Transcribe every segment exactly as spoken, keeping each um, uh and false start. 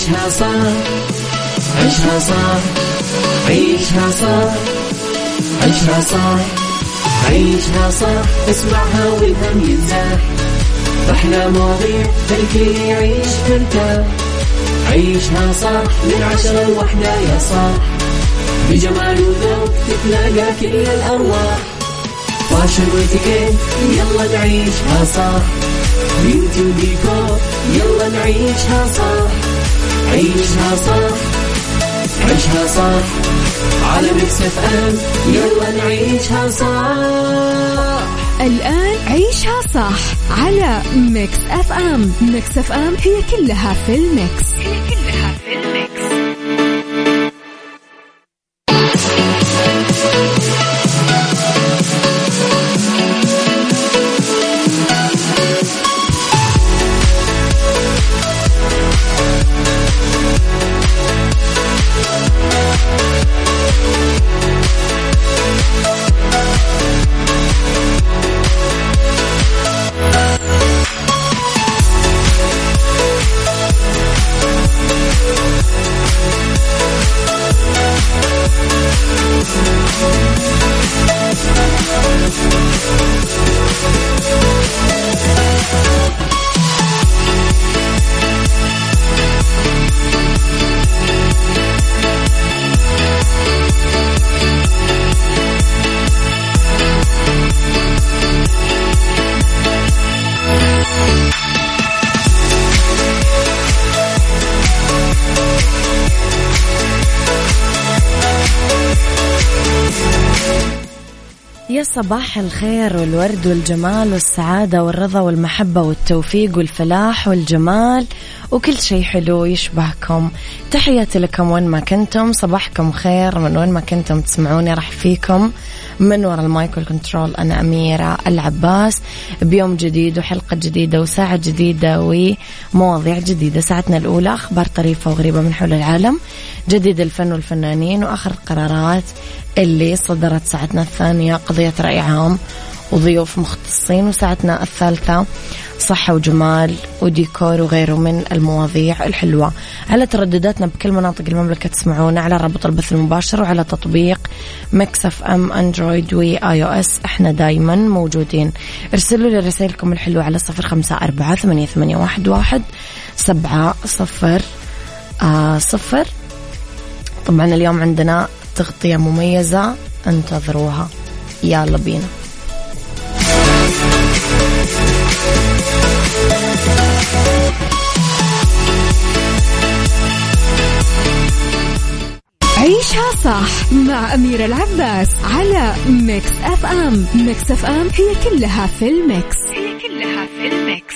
عيشها صح عيشها صح عيشها صح عيشها صح عيشها صح اسمعها والهم ينزاح أحلى مواضيع خلي يعيش مرتاح عيشها صح من عشرة لوحدة يا صاح بجمال وذوق تتلاقى كل الأرواح فاشل واتيكيت يلا نعيشها صح بيوتي وديكور يلا نعيشها صح عيشها صح عيشها صح على ميكس اف ام يلا نعيشها صح. الآن عيشها صح على ميكس اف ام. ميكس اف ام هي كلها في الميكس هي كلها في الميكس. يا صباح الخير والورد والجمال والسعادة والرضا والمحبة والتوفيق والفلاح والجمال وكل شيء حلو يشبهكم. تحياتي لكم وين ما كنتم، صباحكم خير من وين ما كنتم تسمعوني. راح فيكم من وراء المايك والكنترول أنا أميرة العباس بيوم جديد وحلقة جديدة وساعة جديدة ومواضيع جديدة. ساعتنا الأولى أخبار طريفة وغريبة من حول العالم، جديد الفن والفنانين وآخر القرارات اللي صدرت. ساعتنا الثانية قضية رأي عام وضيوف مختصين. وساعتنا الثالثة صحة وجمال وديكور وغيره من المواضيع الحلوة. على تردداتنا بكل مناطق المملكة تسمعونا على رابط البث المباشر وعلى تطبيق ميكس اف ام اندرويد وي اي او اس. احنا دايما موجودين. ارسلوا لي رسائلكم الحلوة على صفر خمسة أربعة ثمانية ثمانية واحد واحد سبعة صفر آه صفر. طبعا اليوم عندنا تغطية مميزة انتظروها. يلا بينا. عيشها صح مع أميرة العباس على ميكس اف ام. ميكس اف ام هي كلها في الميكس هي كلها في الميكس.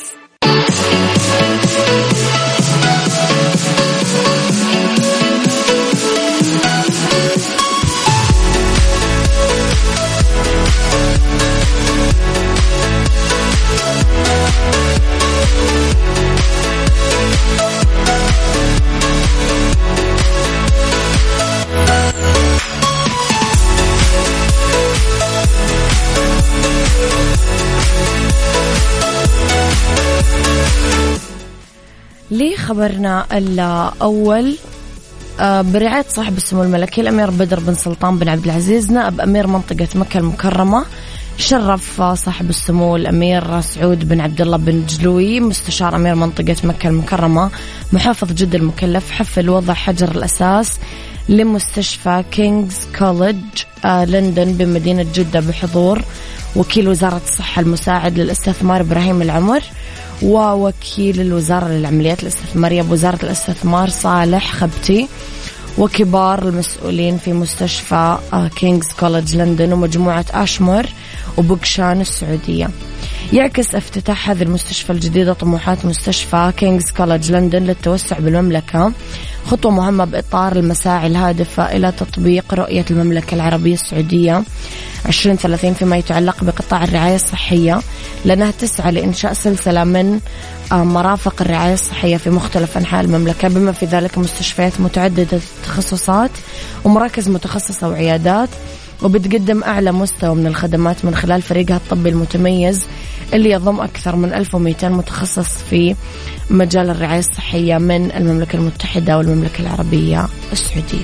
ليه خبرنا الأول برعاية صاحب السمو الملكي الأمير بدر بن سلطان بن عبد العزيز نائب أمير منطقة مكة المكرمة. شرف صاحب السمو الأمير سعود بن عبد الله بن جلوي مستشار أمير منطقة مكة المكرمة محافظ جدة المكلف حفل وضع حجر الأساس لمستشفى كينغز كوليدج لندن بمدينة جدة بحضور وكيل وزارة الصحة المساعد للاستثمار إبراهيم العمر ووكيل الوزارة للعمليات الاستثمارية بوزارة الاستثمار صالح خبتي وكبار المسؤولين في مستشفى كينغز كوليدج لندن ومجموعة أشمر وبوكشان السعودية. يعكس افتتاح هذه المستشفى الجديدة طموحات مستشفى كينغز كوليدج لندن للتوسع بالمملكة، خطوة مهمة بإطار المساعي الهادفة إلى تطبيق رؤية المملكة العربية السعودية عشرين ثلاثين فيما يتعلق بقطاع الرعاية الصحية، لأنها تسعى لإنشاء سلسلة من مرافق الرعاية الصحية في مختلف أنحاء المملكة بما في ذلك مستشفيات متعددة التخصصات ومراكز متخصصة وعيادات وبتقدم أعلى مستوى من الخدمات من خلال فريقها الطبي المتميز اللي يضم أكثر من ألف ومئتين متخصص في مجال الرعاية الصحية من المملكة المتحدة والمملكة العربية السعودية.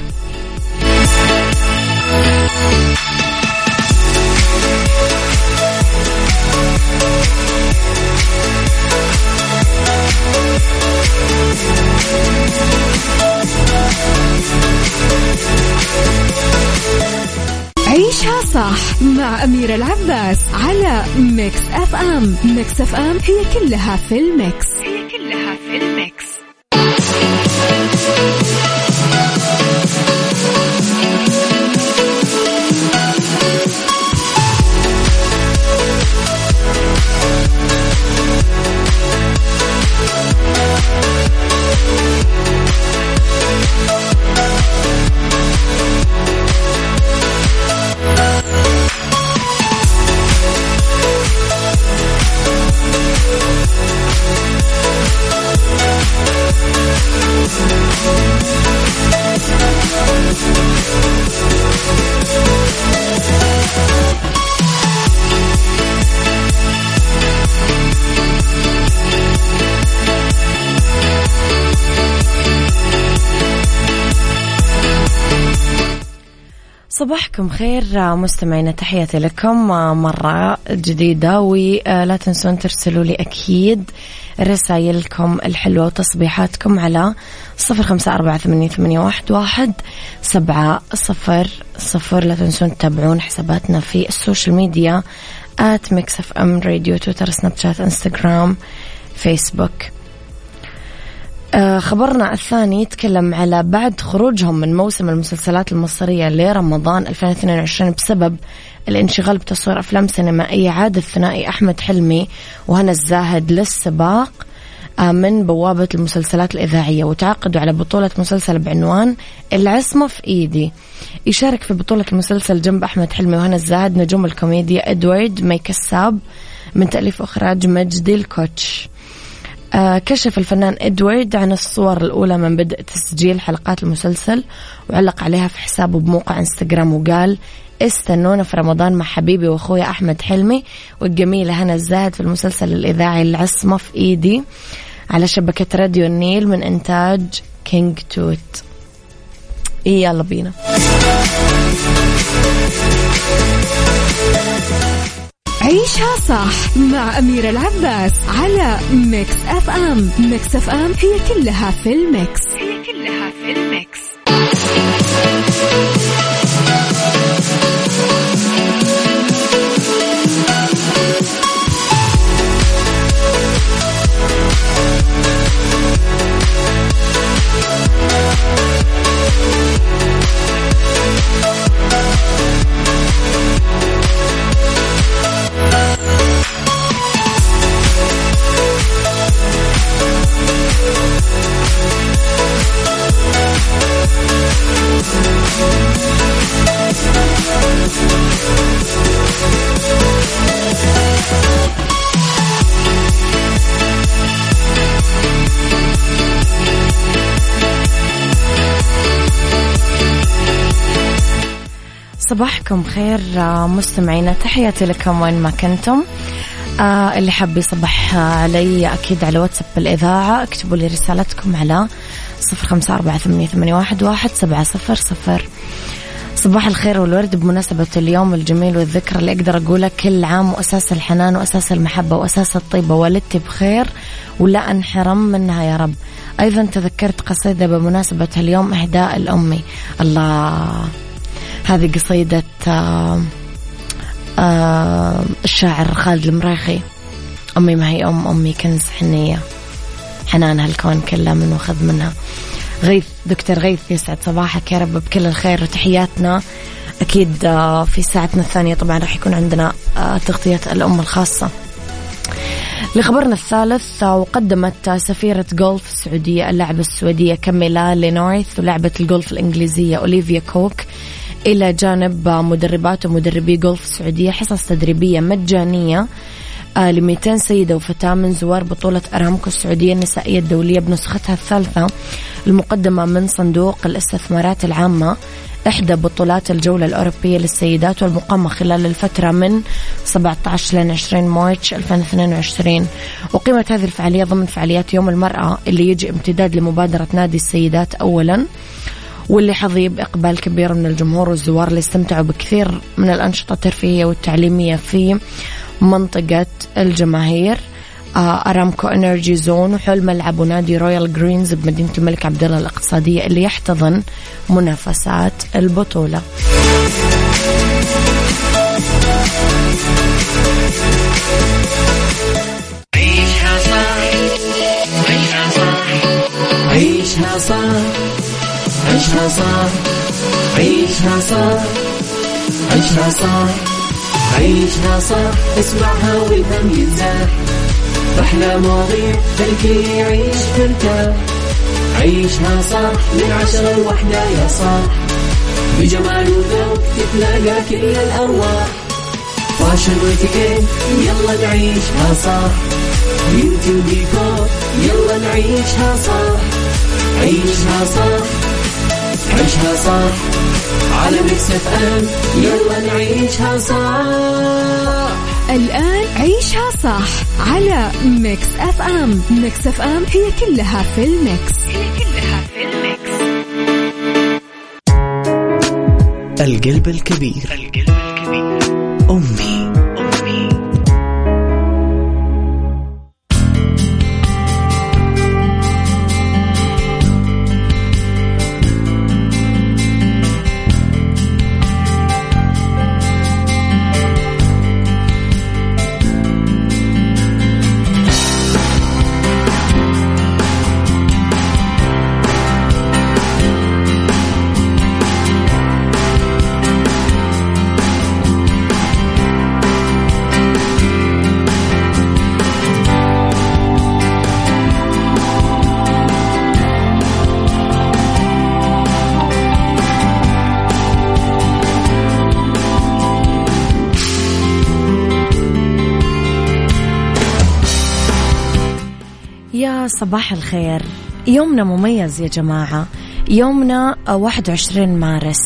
عيشها صح مع أميرة العباس على ميكس أف أم. ميكس أف أم هي كلها في الميكس، هي كلها في الميكس. صباحكم خير مستمعينا، تحياتي لكم مرة جديدة، ولا تنسون ترسلوا لي أكيد رسائلكم الحلوة وتصبيحاتكم على صفر خمسة أربعة ثمانية ثمانية واحد واحد سبعة صفر صفر. لا تنسون تتابعون حساباتنا في السوشيال ميديا آت ميكس أف أم راديو، تويتر، سناب شات، انستغرام، فيسبوك. خبرنا الثاني يتكلم على بعد خروجهم من موسم المسلسلات المصرية لرمضان ألفين واثنين وعشرين بسبب الانشغال بتصوير أفلام سينمائية، عاد الثنائي أحمد حلمي وهنا الزاهد للسباق من بوابة المسلسلات الإذاعية، وتعاقدوا على بطولة مسلسل بعنوان العصمة في إيدي. يشارك في بطولة المسلسل جنب أحمد حلمي وهنا الزاهد نجوم الكوميديا إدوارد ماي كساب من تأليف وإخراج مجدي الكوتش. آه كشف الفنان إدوارد عن الصور الأولى من بدء تسجيل حلقات المسلسل، وعلق عليها في حسابه بموقع انستغرام وقال: استنونا في رمضان مع حبيبي وأخويا أحمد حلمي والجميلة هنا الزاهد في المسلسل الإذاعي العصمة في إيدي على شبكة راديو النيل من إنتاج كينج توت. إيه يلا بينا. عيشها صح مع أميرة العباس على ميكس أف أم. ميكس أف أم هي كلها في الميكس، هي كلها في الميكس. صباحكم خير مستمعينا، تحياتي لكم وين ما كنتم. آه اللي حاب يصبح علي أكيد على واتساب الإذاعة، اكتبوا لي رسالتكم على صفر خمسة أربعة ثمانية ثمانية واحد واحد سبعة صفر صفر. صباح الخير والورد بمناسبة اليوم الجميل والذكرى اللي أقدر أقوله كل عام، وأساس الحنان وأساس المحبة وأساس الطيبة، والدتي بخير ولا أنحرم منها يا رب. أيضا تذكرت قصيدة بمناسبة اليوم إهداء الأمي. الله، هذه قصيدة آه آه الشاعر خالد المريخي. أمي ما هي أم، أمي كنز حنية، حنانها الكون كله من وخذ منها. غيث، دكتور غيث، يسعد صباحك يا رب بكل الخير وتحياتنا. أكيد آه في ساعتنا الثانية طبعا راح يكون عندنا آه تغطية الأم الخاصة. لخبرنا الثالث، وقدمت سفيرة جولف السعودية اللاعبة السويدية كاميلا لينورث ولاعبة الجولف الإنجليزية أوليفيا كوك إلى جانب مدربات ومدربي جولف السعودية حصص تدريبية مجانية ل مئتين سيدة وفتاة من زوار بطولة أرامكو السعودية النسائية الدولية بنسختها الثالثة المقدمة من صندوق الاستثمارات العامة إحدى بطولات الجولة الأوروبية للسيدات، والمقامة خلال الفترة من سبعة عشر ل عشرين مارس ألفين واثنين وعشرين. وقيمت هذه الفعالية ضمن فعاليات يوم المرأة اللي يجي امتداد لمبادرة نادي السيدات أولا، واللي حظي بإقبال كبير من الجمهور والزوار اللي استمتعوا بكثير من الأنشطة الترفيهية والتعليمية في منطقة الجماهير أرامكو إنرجي زون وحول ملعب ونادي رويال جرينز بمدينة الملك عبدالله الاقتصادية اللي يحتضن منافسات البطولة. عيشها صح عيشها صح عيشها صح عيشها صح عيشها صح عيشها صح عيشها صح اسمعها والهم ينزاح، أحلى مواضيع الكل يعيش مرتاح. عيشها صح من عشرة لوحدة يا صاح، بجمال وذوق تتلاقى كل الأرواح. فاشل واتيكيت يلا نعيشها صح، بيوتي وديكور يلا نعيشها صح. عيشها صح عيشها صح على ميكس اف ام يلا نعيشها صح. الآن عيشها صح على ميكس اف ام. ميكس اف ام هي كلها في الميكس، هي كلها في الميكس. القلب الكبير القلب الكبير أمي أمي صباح الخير. يومنا مميز يا جماعة، يومنا واحد وعشرين مارس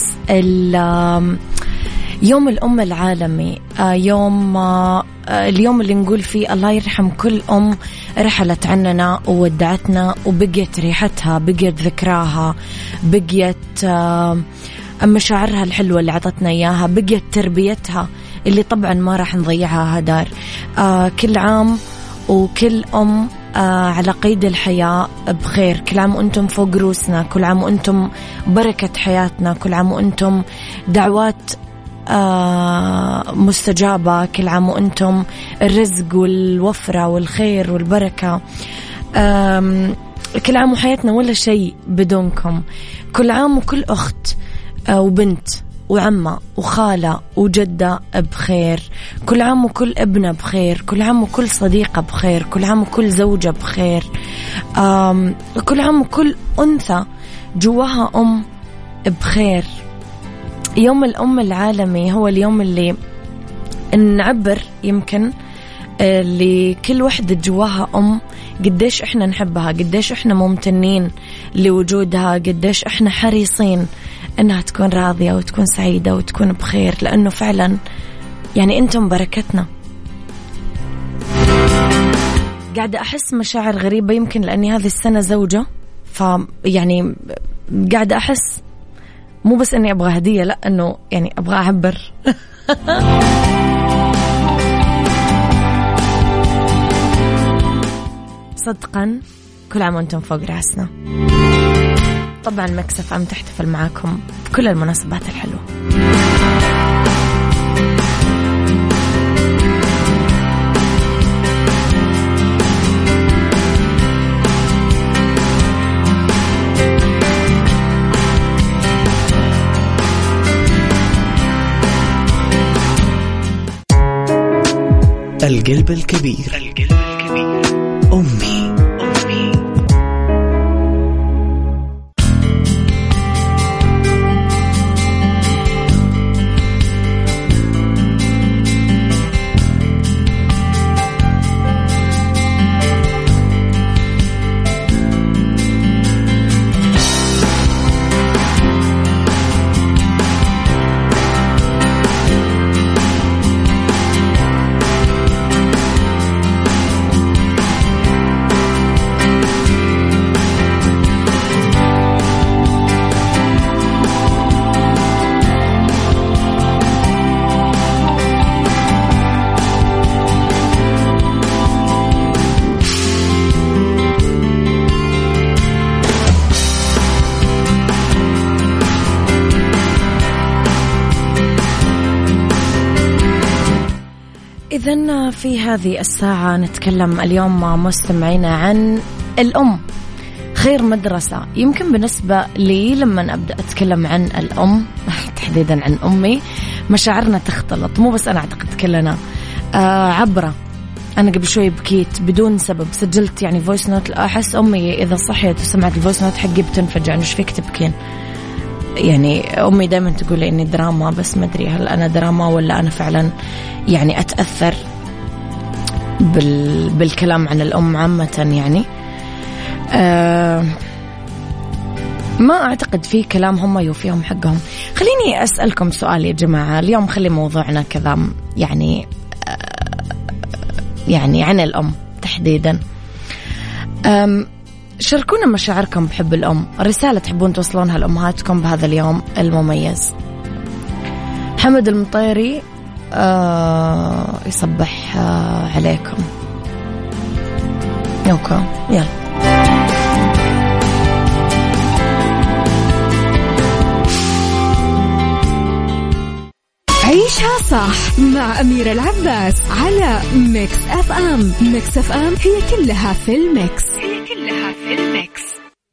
يوم الأم العالمي، يوم اليوم اللي نقول فيه الله يرحم كل أم رحلت عننا وودعتنا وبقيت ريحتها، بقيت ذكراها، بقيت مشاعرها الحلوة اللي عطتنا إياها، بقيت تربيتها اللي طبعا ما راح نضيعها هدار. كل عام وكل أم آه على قيد الحياة بخير، كل عام وأنتم فوق روسنا، كل عام وأنتم بركة حياتنا، كل عام وأنتم دعوات آه مستجابة، كل عام وأنتم الرزق والوفرة والخير والبركة. كل عام وحياتنا ولا شيء بدونكم. كل عام وكل أخت آه وبنت وعمة وخالة وجدة بخير، كل عام وكل ابنة بخير، كل عام وكل صديقة بخير، كل عام وكل زوجة بخير، كل عام وكل أنثى جواها أم بخير. يوم الأم العالمي هو اليوم اللي نعبر يمكن لكل وحدة جواها أم قديش إحنا نحبها، قديش إحنا ممتنين لوجودها، قديش إحنا حريصين أنها تكون راضية وتكون سعيدة وتكون بخير، لأنه فعلا يعني أنتم بركتنا. قاعدة أحس مشاعر غريبة يمكن لأني هذه السنة زوجة، فيعني قاعدة أحس مو بس أني أبغى هدية، لا أنه يعني أبغى أعبر. صدقا كل عام وأنتم فوق رأسنا. طبعا ميكس اف ام تحتفل معاكم بكل المناسبات الحلوة. القلب الكبير القلب الكبير أمي إذن في هذه الساعة نتكلم اليوم مع مستمعينا عن الأم، خير مدرسة. يمكن بالنسبة لي لما أبدأ أتكلم عن الأم تحديدا عن أمي مشاعرنا تختلط، مو بس أنا أعتقد كلنا. آه عبرة، أنا قبل شوي بكيت بدون سبب، سجلت يعني فويس نوت. أحس أمي إذا صحيت وسمعت الفويس نوت حقي بتنفجع، إيش فيك تبكين؟ يعني أمي دائما تقول لي إني دراما، بس ما أدري هل أنا دراما ولا أنا فعلا يعني أتأثر بال... بالكلام عن الأم عامة. يعني أه... ما أعتقد في كلام هم يوفيهم حقهم. خليني أسألكم سؤال يا جماعة اليوم، خلي موضوعنا كذا يعني أه... يعني عن الأم تحديدا. أم... شاركونا مشاعركم بحب الأم، رسالة تحبون توصلونها لأمهاتكم بهذا اليوم المميز. حمد المطيري آه يصبح آه عليكم. أوكي يلا. عيشها صح مع أميرة العباس على ميكس أف أم. ميكس أف أم هي كلها في الميكس، هي كلها في الميكس.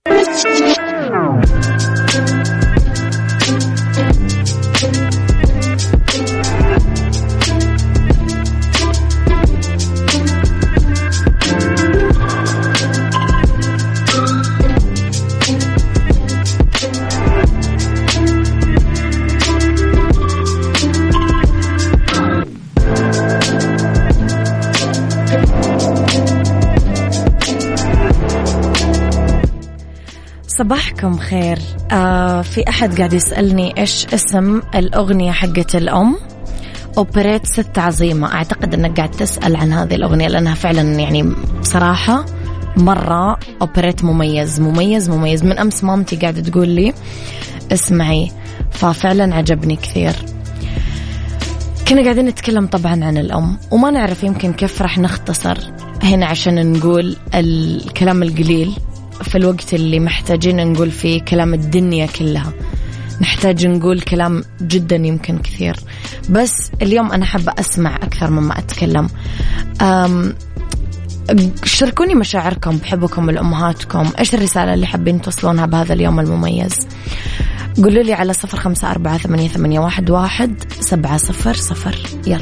صباحكم خير. آه في أحد قاعد يسألني إيش اسم الأغنية حقت الأم؟ أوبريت ست عظيمة. أعتقد أنك قاعد تسأل عن هذه الأغنية لأنها فعلا يعني بصراحة مرة أوبريت مميز مميز مميز. من أمس مامتي قاعدة تقول لي اسمعي، ففعلا عجبني كثير. كنا قاعدين نتكلم طبعا عن الأم وما نعرف يمكن كيف رح نختصر هنا عشان نقول الكلام القليل في الوقت اللي محتاجين نقول فيه كلام الدنيا كلها. نحتاج نقول كلام جدا يمكن كثير، بس اليوم أنا حابة أسمع أكثر مما أتكلم. أم شاركوني مشاعركم بحبكم لأمهاتكم. إيش الرسالة اللي حابين توصلونها بهذا اليوم المميز؟ قولوا لي على صفر خمسة أربعة ثمانية ثمانية واحد واحد سبعة صفر صفر. يلا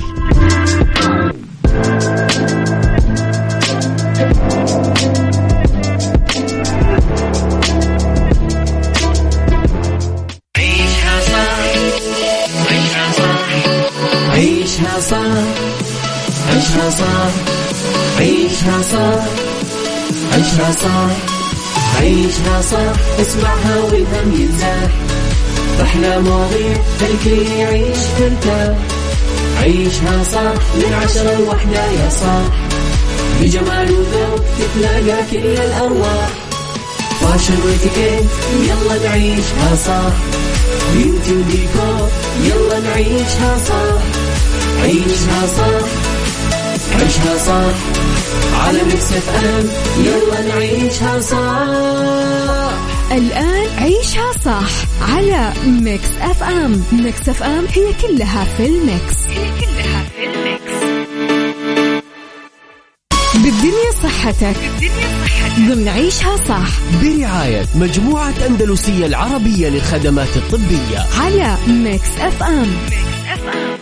عيشها صح عيشها صح عيشها صح عيشها صح عيشها صح عيشها صح اسمعها والهم ينزاح، أحلى مواضيع الكل يعيش ترتاح. عيشها صح من عشرة لوحدة يا صاح، بجمال وذوق تتلاقى كل الأرواح. فاشل واتيكيت يلا نعيشها صح، بيوتي وديكور يلا نعيشها صح. عيشها صح عيشها صح على ميكس اف ام يلا نعيشها صح. الآن عيشها صح على ميكس أف أم. ميكس أف أم هي كلها في الميكس، هي كلها في الميكس. بالدنيا صحتك ضمن عيشها صح برعاية مجموعة أندلسية العربية للخدمات الطبية على ميكس أف أم. ميكس أف أم.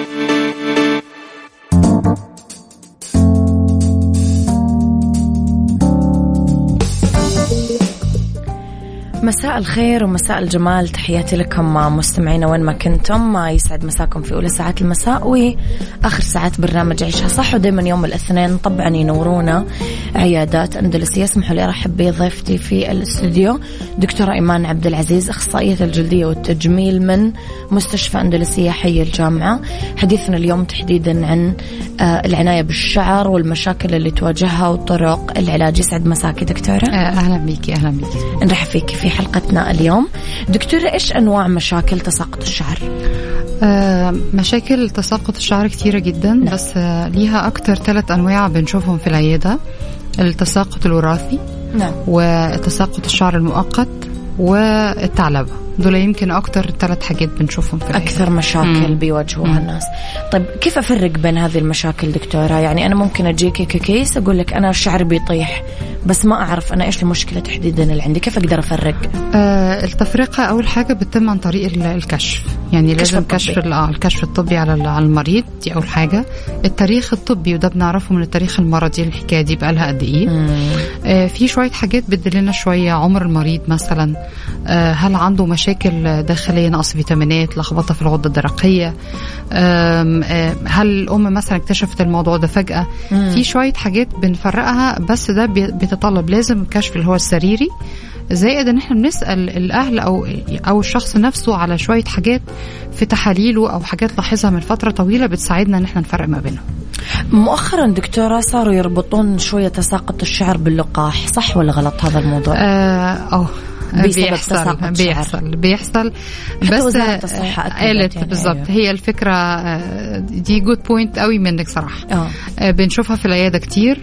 مساء الخير ومساء الجمال، تحياتي لكم مستمعينا وين ما كنتم. يسعد مساكم في أولى ساعات المساء وآخر ساعات برنامج عيشها صح. ودايما يوم الاثنين طبعا ينورونا عيادات أندلسية. اسمحوا لي أرحب بضيفتي في الاستوديو دكتورة إيمان عبد العزيز، أخصائية الجلدية والتجميل من مستشفى أندلسية حي الجامعة. حديثنا اليوم تحديدا عن العناية بالشعر والمشاكل اللي تواجهها وطرق العلاج. يسعد مساكي دكتورة. أهلا بيكي. أهلا بيكي. نرحب فيك في حلقتنا اليوم. دكتورة إيش أنواع مشاكل تساقط الشعر؟ آه مشاكل تساقط الشعر كتيرة جدا. نعم. بس آه ليها أكتر ثلاث أنواع بنشوفهم في العيادة: التساقط الوراثي، نعم، وتساقط الشعر المؤقت، والثعلبة. دول يمكن أكتر ثلاث حاجات بنشوفهم في أكثر مشاكل مم. بيواجهوها مم. الناس. طيب كيف أفرق بين هذه المشاكل دكتورة؟ يعني أنا ممكن أجيك ككيس أقول لك أنا الشعر بيطيح بس ما أعرف أنا إيش المشكلة تحديدا اللي عندي، كيف أقدر أفرق؟ آه التفرقة أول حاجة بتتم عن طريق الكشف، يعني لازم كشف الكشف الطبي على على المريض، دي أول حاجة. التاريخ الطبي وده بنعرفه من التاريخ المرضي، الحكاية دي بقى لها قد إيه. آه في شوية حاجات بتدلنا شوية عمر المريض مثلا، آه هل عنده مشاكل داخلية، نقص فيتامينات، لخبطة في الغدة الدرقية، آه آه هل الأم مثلا اكتشفت الموضوع ده فجأة. مم. في شوية حاجات بنفرقها، بس ده بيتطلب لازم كشف اللي هو السريري، زائد ان احنا بنسأل الاهل او او الشخص نفسه على شوية حاجات في تحاليله او حاجات لاحظها من فترة طويلة بتساعدنا ان احنا نفرق ما بينهم. مؤخرا دكتورة صاروا يربطون شوية تساقط الشعر باللقاح، صح ولا غلط هذا الموضوع؟ اه بيحصل بيحصل بيحصل بس قالت يعني بالضبط. أيوه. هي الفكرة دي جود بوينت قوي منك صراحة. أوه. بنشوفها في العيادة كتير،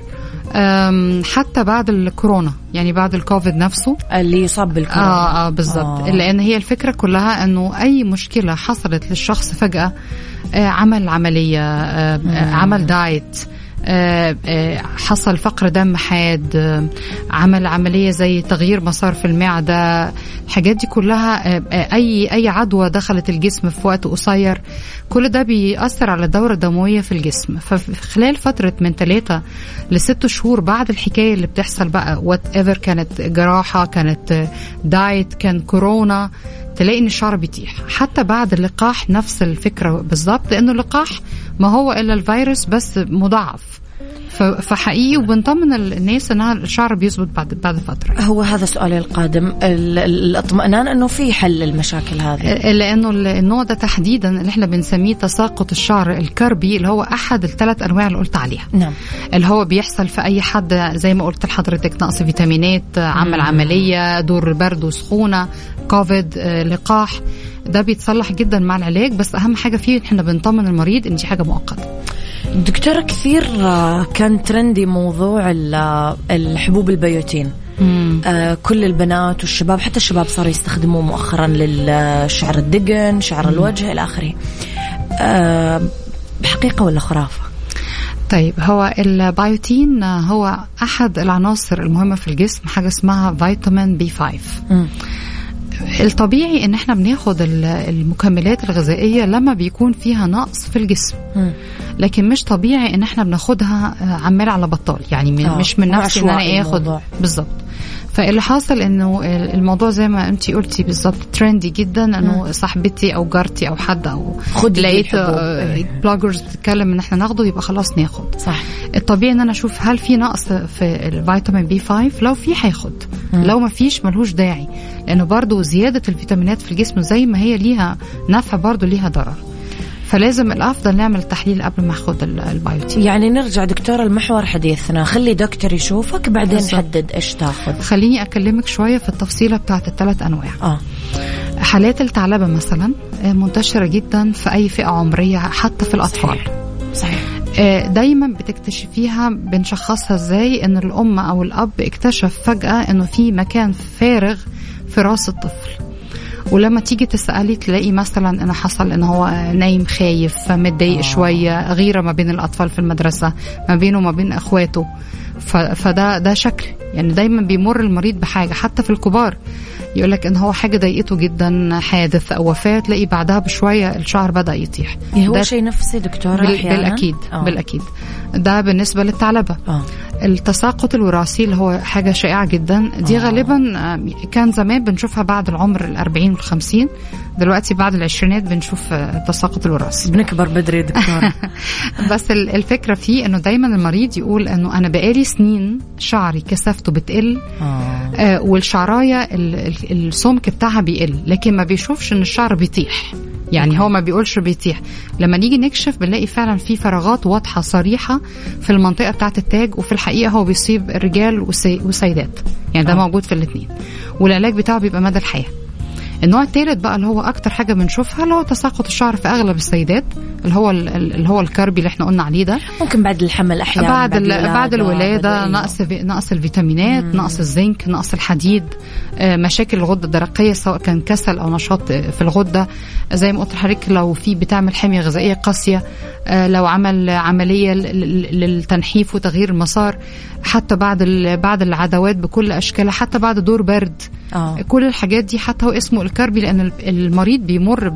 حتى بعد الكورونا، يعني بعد الكوفيد نفسه اللي يصاب بالكورونا. اه اه بالضبط. آه. لأن هي الفكرة كلها أنه أي مشكلة حصلت للشخص فجأة، آه عمل عملية، آه آه عمل دايت، آه آه حصل فقر دم حاد، آه عمل عملية زي تغيير مسار في المعدة، الحاجات دي كلها، آه آه أي أي عدوى دخلت الجسم في وقت قصير، كل ده بيأثر على الدورة الدموية في الجسم. فخلال فترة من ثلاثة لست شهور بعد الحكاية اللي بتحصل بقى وات ايفر، كانت جراحة، كانت دايت، كان كورونا، تلاقي ان الشعر بيطيح. حتى بعد اللقاح نفس الفكرة بالضبط، لأنه اللقاح ما هو إلا الفيروس بس مضاعف. فحقيقي وبنطمن الناس انها الشعر بيثبت بعد بعد فتره. هو هذا سؤالي القادم، الاطمئنان انه في حل للمشاكل هذه، لانه النوع ده تحديدا اللي احنا بنسميه تساقط الشعر الكربي، اللي هو احد الثلاث انواع اللي قلت عليها. نعم. اللي هو بيحصل في اي حد زي ما قلت لحضرتك، نقص فيتامينات، عمل عمليه، دور برد وسخونه، كوفيد، لقاح، ده بيتصلح جدا مع العلاج. بس اهم حاجه فيه احنا بنطمن المريض ان دي حاجه مؤقته. دكتورة كثير كان ترندي موضوع الحبوب البيوتين. آه كل البنات والشباب، حتى الشباب صاروا يستخدموه مؤخرا للشعر الدقن، شعر الوجه إلى آخره. آه حقيقة ولا خرافة؟ طيب، هو البيوتين هو أحد العناصر المهمة في الجسم، حاجة اسمها فيتامين بي خمسة. م. الطبيعي ان احنا بناخد المكملات الغذائية لما بيكون فيها نقص في الجسم، لكن مش طبيعي ان احنا بناخدها عمال على بطال، يعني آه. مش من نفسي ان انا اخد بالظبط. فاللي حاصل انه الموضوع زي ما انتي قلتي بالظبط ترندي جدا، انه صاحبتي او جارتي او حد او خد لقيت بلوجرز بتتكلم ان احنا ناخده يبقى خلاص ناخد. صح. الطبيعي ان انا اشوف هل في نقص في الفيتامين بي خمسة، لو في هياخد، لو ما فيش ملهوش داعي، لانه برضو زيادة الفيتامينات في الجسم زي ما هي ليها نفع برضو ليها ضرر، فلازم الأفضل نعمل تحليل قبل ما أخذ البيوتين. يعني نرجع دكتور المحور حديثنا، خلي دكتور يشوفك بعدين نحدد إيش تاخذ. خليني أكلمك شوية في التفصيلة بتاعت الثلاث أنواع. آه. حالات الثعلبة مثلا منتشرة جدا في أي فئة عمرية، حتى في الأطفال. صحيح. دايما بتكتشفيها بنشخصها ازاي، ان الأم أو الأب اكتشف فجأة انه في مكان فارغ في راس الطفل، ولما تيجي تسألي تلاقي مثلا انه حصل انه هو نايم خايف، فمتضايق شوية، غيرة ما بين الأطفال في المدرسة، ما بينه وما بين أخواته. فده ده شكل، يعني دايما بيمر المريض بحاجة، حتى في الكبار يقولك ان هو حاجة ضايقته جدا، حادث او وفاة، تلاقي بعدها بشوية الشعر بدأ يطيح. هو شيء نفسي دكتورة بال أحيانا؟ بالأكيد. أوه. بالأكيد. ده بالنسبة للثعلبة. أوه. التساقط الوراثي اللي هو حاجة شائعة جدا، دي أوه. غالبا كان زمان بنشوفها بعد العمر الأربعين والخمسين، دلوقتي بعد العشرينات بنشوف التساقط الوراثي. بنكبر بدري دكتورة. بس الفكرة فيه انه دايما المريض يقول انه انا بقالي سنين شعري كثافته بتقل، آه والشعراية السمك بتاعها بيقل، لكن ما بيشوفش ان الشعر بيطيح، يعني هو ما بيقولش بيطيح. لما نيجي نكشف بنلاقي فعلا في فراغات واضحة صريحة في المنطقة بتاعة التاج، وفي الحقيقة هو بيصيب الرجال والسيدات، يعني ده موجود في الاثنين، والعلاج بتاعه بيبقى مدى الحياة. النوع الثالث بقى اللي هو أكتر حاجة بنشوفها اللي هو تساقط الشعر في أغلب السيدات، اللي هو اللي هو الكربي اللي احنا قلنا عليه ده. ممكن بعد الحمل احيانا، بعد بعد الولاده, بعد الولادة نقص نقص الفيتامينات، مم. نقص الزنك، نقص الحديد، مشاكل الغده الدرقيه سواء كان كسل او نشاط في الغده، زي ما قلت لحضرتك لو في بتعمل حميه غذائيه قاسيه، لو عمل عمليه للتنحيف وتغيير المسار، حتى بعد بعد العدوات بكل اشكالها، حتى بعد دور برد. أوه. كل الحاجات دي حتى هو اسمه الكربي لان المريض بيمر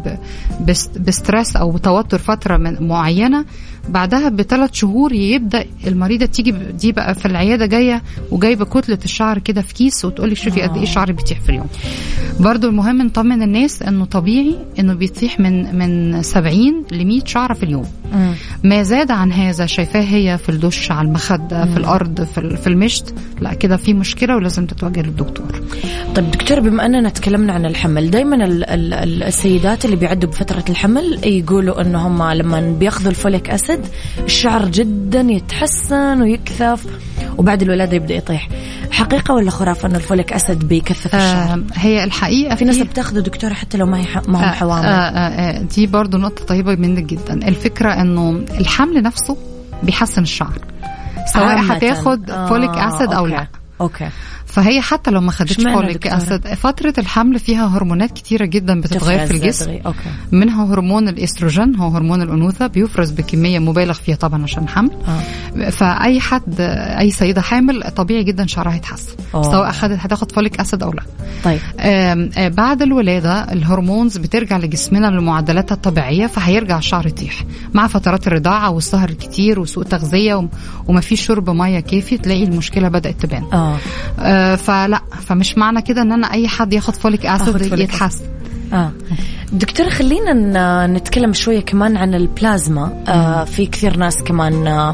بستريس او توتر فتره من معينه، بعدها بثلاث شهور يبدا المريضه تيجي دي بقى في العياده جايه وجايبه كتله الشعر كده في كيس وتقول لي شوفي قد ايه شعري بيطيح في اليوم. برضو المهم نطمن الناس انه طبيعي انه بيطيح من من سبعين لمية شعره في اليوم. مم. ما زاد عن هذا شايفاه هي في الدش، على المخده، مم. في الارض، في في المشط، لا كده في مشكله ولازم تتوجه للدكتور. طيب دكتور، بما اننا تكلمنا عن الحمل، دايما ال ال السيدات اللي بيعدوا بفتره الحمل يقولوا انه هم لما بياخذوا الفوليك اسيد الشعر جدا يتحسن ويكثف وبعد الولاده يبدا يطيح. حقيقه ولا خرافه انه الفوليك اسيد بيكثف الشعر؟ آه هي الحقيقه في ناس بتاخذه دكتوره حتى لو ما هي ما هم حوامل. آه آه آه دي برضو نقطه طيبه منك جدا. الفكره انه الحمل نفسه بيحسن الشعر سواء هتاخد آه فوليك اسيد او لا. اوكي. فهي حتى لو ما خدتش فوليك اسيد، فتره الحمل فيها هرمونات كتيره جدا بتتغير في الجسم. أوكي. منها هرمون الاستروجين، هو هرمون الانوثه، بيفرز بكميه مبالغ فيها طبعا عشان الحمل. آه. فاي حد اي سيده حامل طبيعي جدا شعرها يتحسن سواء اخذت هتاخد فوليك اسيد او لا. طيب آم آم بعد الولاده الهرمونز بترجع لجسمنا لمعدلاتها الطبيعيه، فهيرجع الشعر يطيح مع فترات الرضاعه والسهر الكتير وسوء تغذيه وما فيش شرب ميه كافي، تلاقي المشكله بدات تبان. اه, آه فلا فمش معنى كده ان انا اي حد ياخد فوليك اسيد يتحسن. اه دكتور، خلينا نتكلم شويه كمان عن البلازما. آه في كثير ناس كمان آه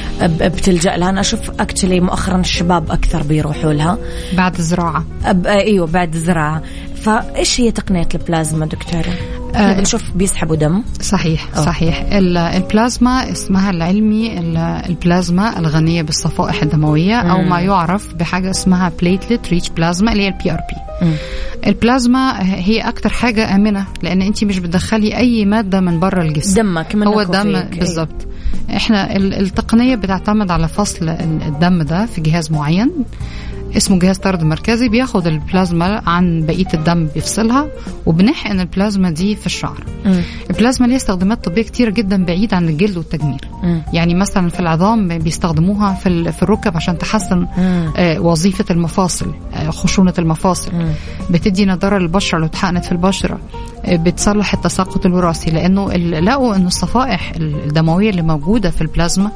بتلجأ لها. انا اشوف اكشلي مؤخرا الشباب اكثر بيروحوا لها بعد الزراعه. آه ايوه بعد الزراعه. فايش هي تقنيه البلازما دكتوره؟ احنا آه بنشوف بيسحبوا دم. صحيح. أوه. صحيح. البلازما اسمها العلمي البلازما الغنيه بالصفائح الدمويه، مم. او ما يعرف بحاجه اسمها بليتلت ريتش بلازما اللي هي البي ار بي. البلازما هي اكتر حاجه امنه لان انت مش بتدخلي اي ماده من بره الجسم، دمك هو الدم بالظبط. احنا التقنيه بتعتمد على فصل الدم ده في جهاز معين اسمه جهاز طرد مركزي، بياخد البلازما عن بقية الدم بيفصلها وبنحقن البلازما دي في الشعر. م. البلازما ليها استخدامات طبية كتيرة جدا بعيد عن الجلد والتجميل. م. يعني مثلا في العظام بيستخدموها في في الركب عشان تحسن آه وظيفة المفاصل، آه خشونة المفاصل. م. بتدي نضارة للبشرة لو اتحقنت في البشرة. آه بتصلح التساقط الوراثي لأنه لقوا أن الصفائح الدموية اللي موجودة في البلازما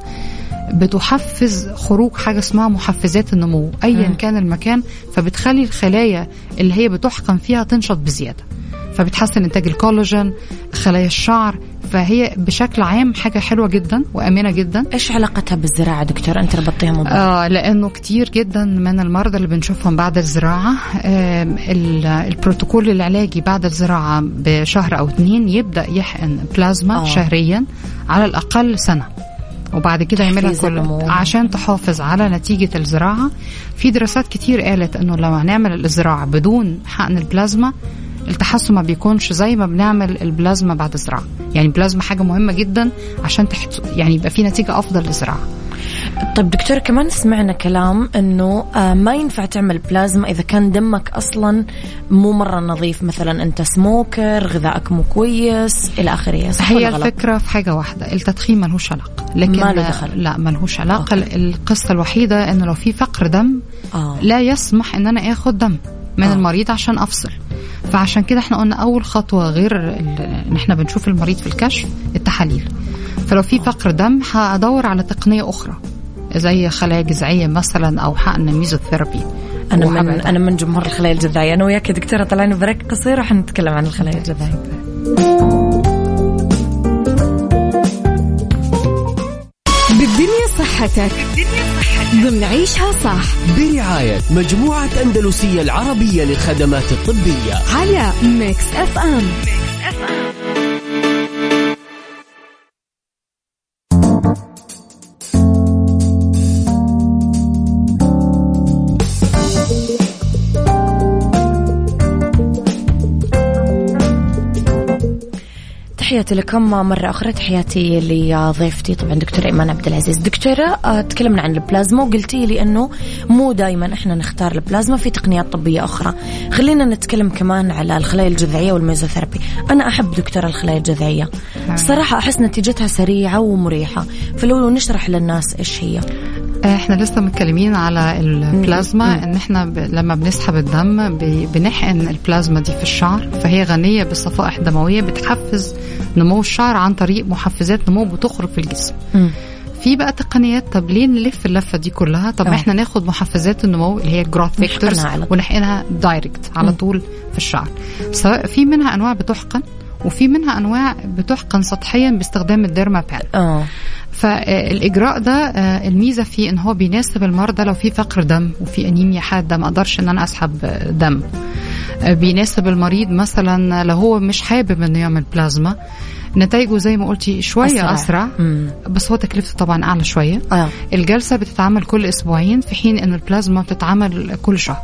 بتحفز خروج حاجة اسمها محفزات النمو أيا كان المكان، فبتخلي الخلايا اللي هي بتحقن فيها تنشط بزيادة، فبتحسن إنتاج الكولاجين، خلايا الشعر. فهي بشكل عام حاجة حلوة جدا وأمنة جدا. إيش علاقتها بالزراعة دكتور؟ أنت ربطتيها موضوع. آه لأنه كتير جدا من المرضى اللي بنشوفهم بعد الزراعة آه البروتوكول العلاجي بعد الزراعة بشهر أو اتنين يبدأ يحقن بلازما آه. شهريا على الأقل سنة، وبعد كده يعملها كل عشان تحافظ على نتيجة الزراعة. في دراسات كتير قالت انه لو هنعمل الزراعة بدون حقن البلازما التحسن ما بيكونش زي ما بنعمل البلازما بعد الزراعة. يعني البلازما حاجة مهمة جدا عشان تحت... يعني يبقى في نتيجة أفضل للزراعة. طيب دكتور، كمان سمعنا كلام انه ما ينفع تعمل بلازما اذا كان دمك اصلا مو مره نظيف، مثلا انت سموكر، غذائك مو كويس الى اخره. هي الفكره في حاجه واحده، التدخين ملهوش علاقه، لكن ما له دخل. لا ملهوش علاقه. أوكي. القصه الوحيده انه لو في فقر دم آه. لا يسمح ان انا اخد دم من آه. المريض عشان افصل. فعشان كده احنا قلنا اول خطوه غير ان احنا بنشوف المريض في الكشف التحاليل. فلو في فقر دم هادور على تقنيه اخرى زي خلايا جذعيه مثلا او حقن ميزوثيرابي. انا من انا من جمهور الخلايا الجذعيه. انا وياك دكتوره طلعنا بريك قصير وحنتكلم عن الخلايا الجذعيه. بالدنيا صحتك ضمن عيشها صح برعاية مجموعة أندلسية العربية للخدمات الطبية على ميكس اف ام. تحياتي لكم مرة أخرى، تحياتي لضيفتي طبعا دكتورة إيمان عبد العزيز. دكتورة تكلمنا عن البلازما وقلتي لي أنه مو دايما إحنا نختار البلازما، في تقنيات طبية أخرى. خلينا نتكلم كمان على الخلايا الجذعية والميزوثيرابي. أنا أحب دكتورة الخلايا الجذعية صراحة، أحس نتيجتها سريعة ومريحة، فلو نشرح للناس إيش هي. احنا لسه متكلمين على البلازما، ان احنا ب... لما بنسحب الدم ب... بنحقن البلازما دي في الشعر، فهي غنية بالصفائح الدموية بتحفز نمو الشعر عن طريق محفزات نمو بتخرج في الجسم. م. في بقى تقنيات، طب ليه نلف اللفة دي كلها؟ طب أوه. احنا ناخد محفزات النمو اللي هي الجروث فيكتورز ونحقنها دايركت على م. طول في الشعر. سواء في منها انواع بتحقن وفي منها انواع بتحقن سطحيا باستخدام الديرما بان. اه فالإجراء ده الميزة فيه إن هو بيناسب المرضى لو في فقر دم وفي أنيميا حادة ما أقدرش إن أنا أسحب دم. بيناسب المريض مثلا لو هو مش حابب إنه يعمل بلازما، نتائجه زي ما قلتي شوية أسرع, أسرع بس هو تكلفته طبعا أعلى شوية. آه. الجلسة بتتعمل كل أسبوعين في حين إن البلازما بتتعمل كل شهر.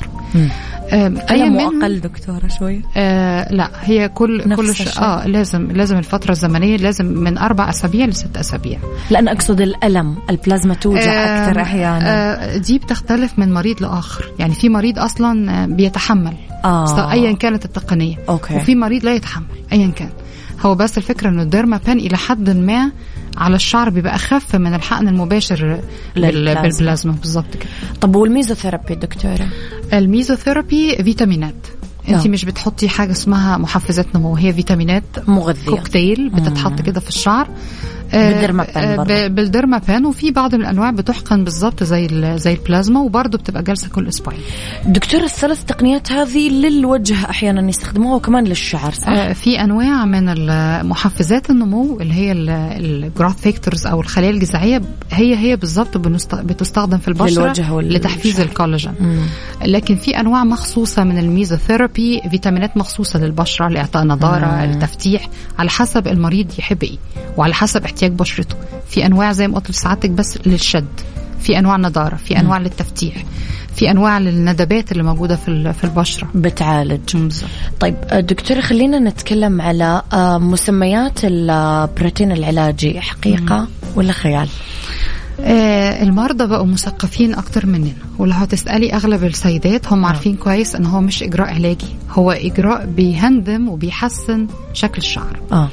أي مؤقل دكتورة شوية؟ آه لا هي كل كل ش... اه لازم لازم الفترة الزمنية لازم من أربع أسابيع لست أسابيع. لأن أقصد الألم، البلازما توجع آه أكثر أحيانا. آه دي بتختلف من مريض لآخر، يعني في مريض أصلا بيتحمل آه. أيا كانت التقنية. أوكي. وفي مريض لا يتحمل أيا كان. هو بس الفكرة إنه الديرما بان إلى حد ما على الشعر بيبقى أخف من الحقن المباشر بالبلازما بالضبط كده. طب والميزوثيرابي دكتورة؟ الميزوثيرابي فيتامينات. انت مش بتحطي حاجة اسمها محفزات نمو، هي فيتامينات مغذية كوكتيل بتتحط كده في الشعر بالديرما بان. بالديرما بان. وفي بعض من الانواع بتحقن بالضبط زي زي البلازما، وبرضه بتبقى جلسة كل اسبوعين. دكتور الثلاث تقنيات هذه للوجه احيانا يستخدموها وكمان للشعر صح؟ آه في انواع من محفزات النمو اللي هي الجروث فيكتورز او الخلايا الجذعية، هي هي بالضبط بتستخدم في البشرة لتحفيز الكولاجين. لكن في انواع مخصوصة من الميزوثيرابي، فيتامينات مخصوصة للبشرة لإعطاء نضارة لتفتيح، على حسب المريض يحب ايه وعلى حسب احتياج بشرته. في انواع زي ما قلت لسعادتك بس للشد، في انواع نضاره، في انواع للتفتيح، في انواع للندبات اللي موجوده في في البشره بتعالج. طيب دكتوره خلينا نتكلم على مسميات البروتين العلاجي، حقيقه مم. ولا خيال؟ آه المرضى بقوا مثقفين أكتر مننا، ولو هتسألي أغلب السيدات هم عارفين كويس أنه هو مش إجراء علاجي، هو إجراء بيهندم وبيحسن شكل الشعر. آه.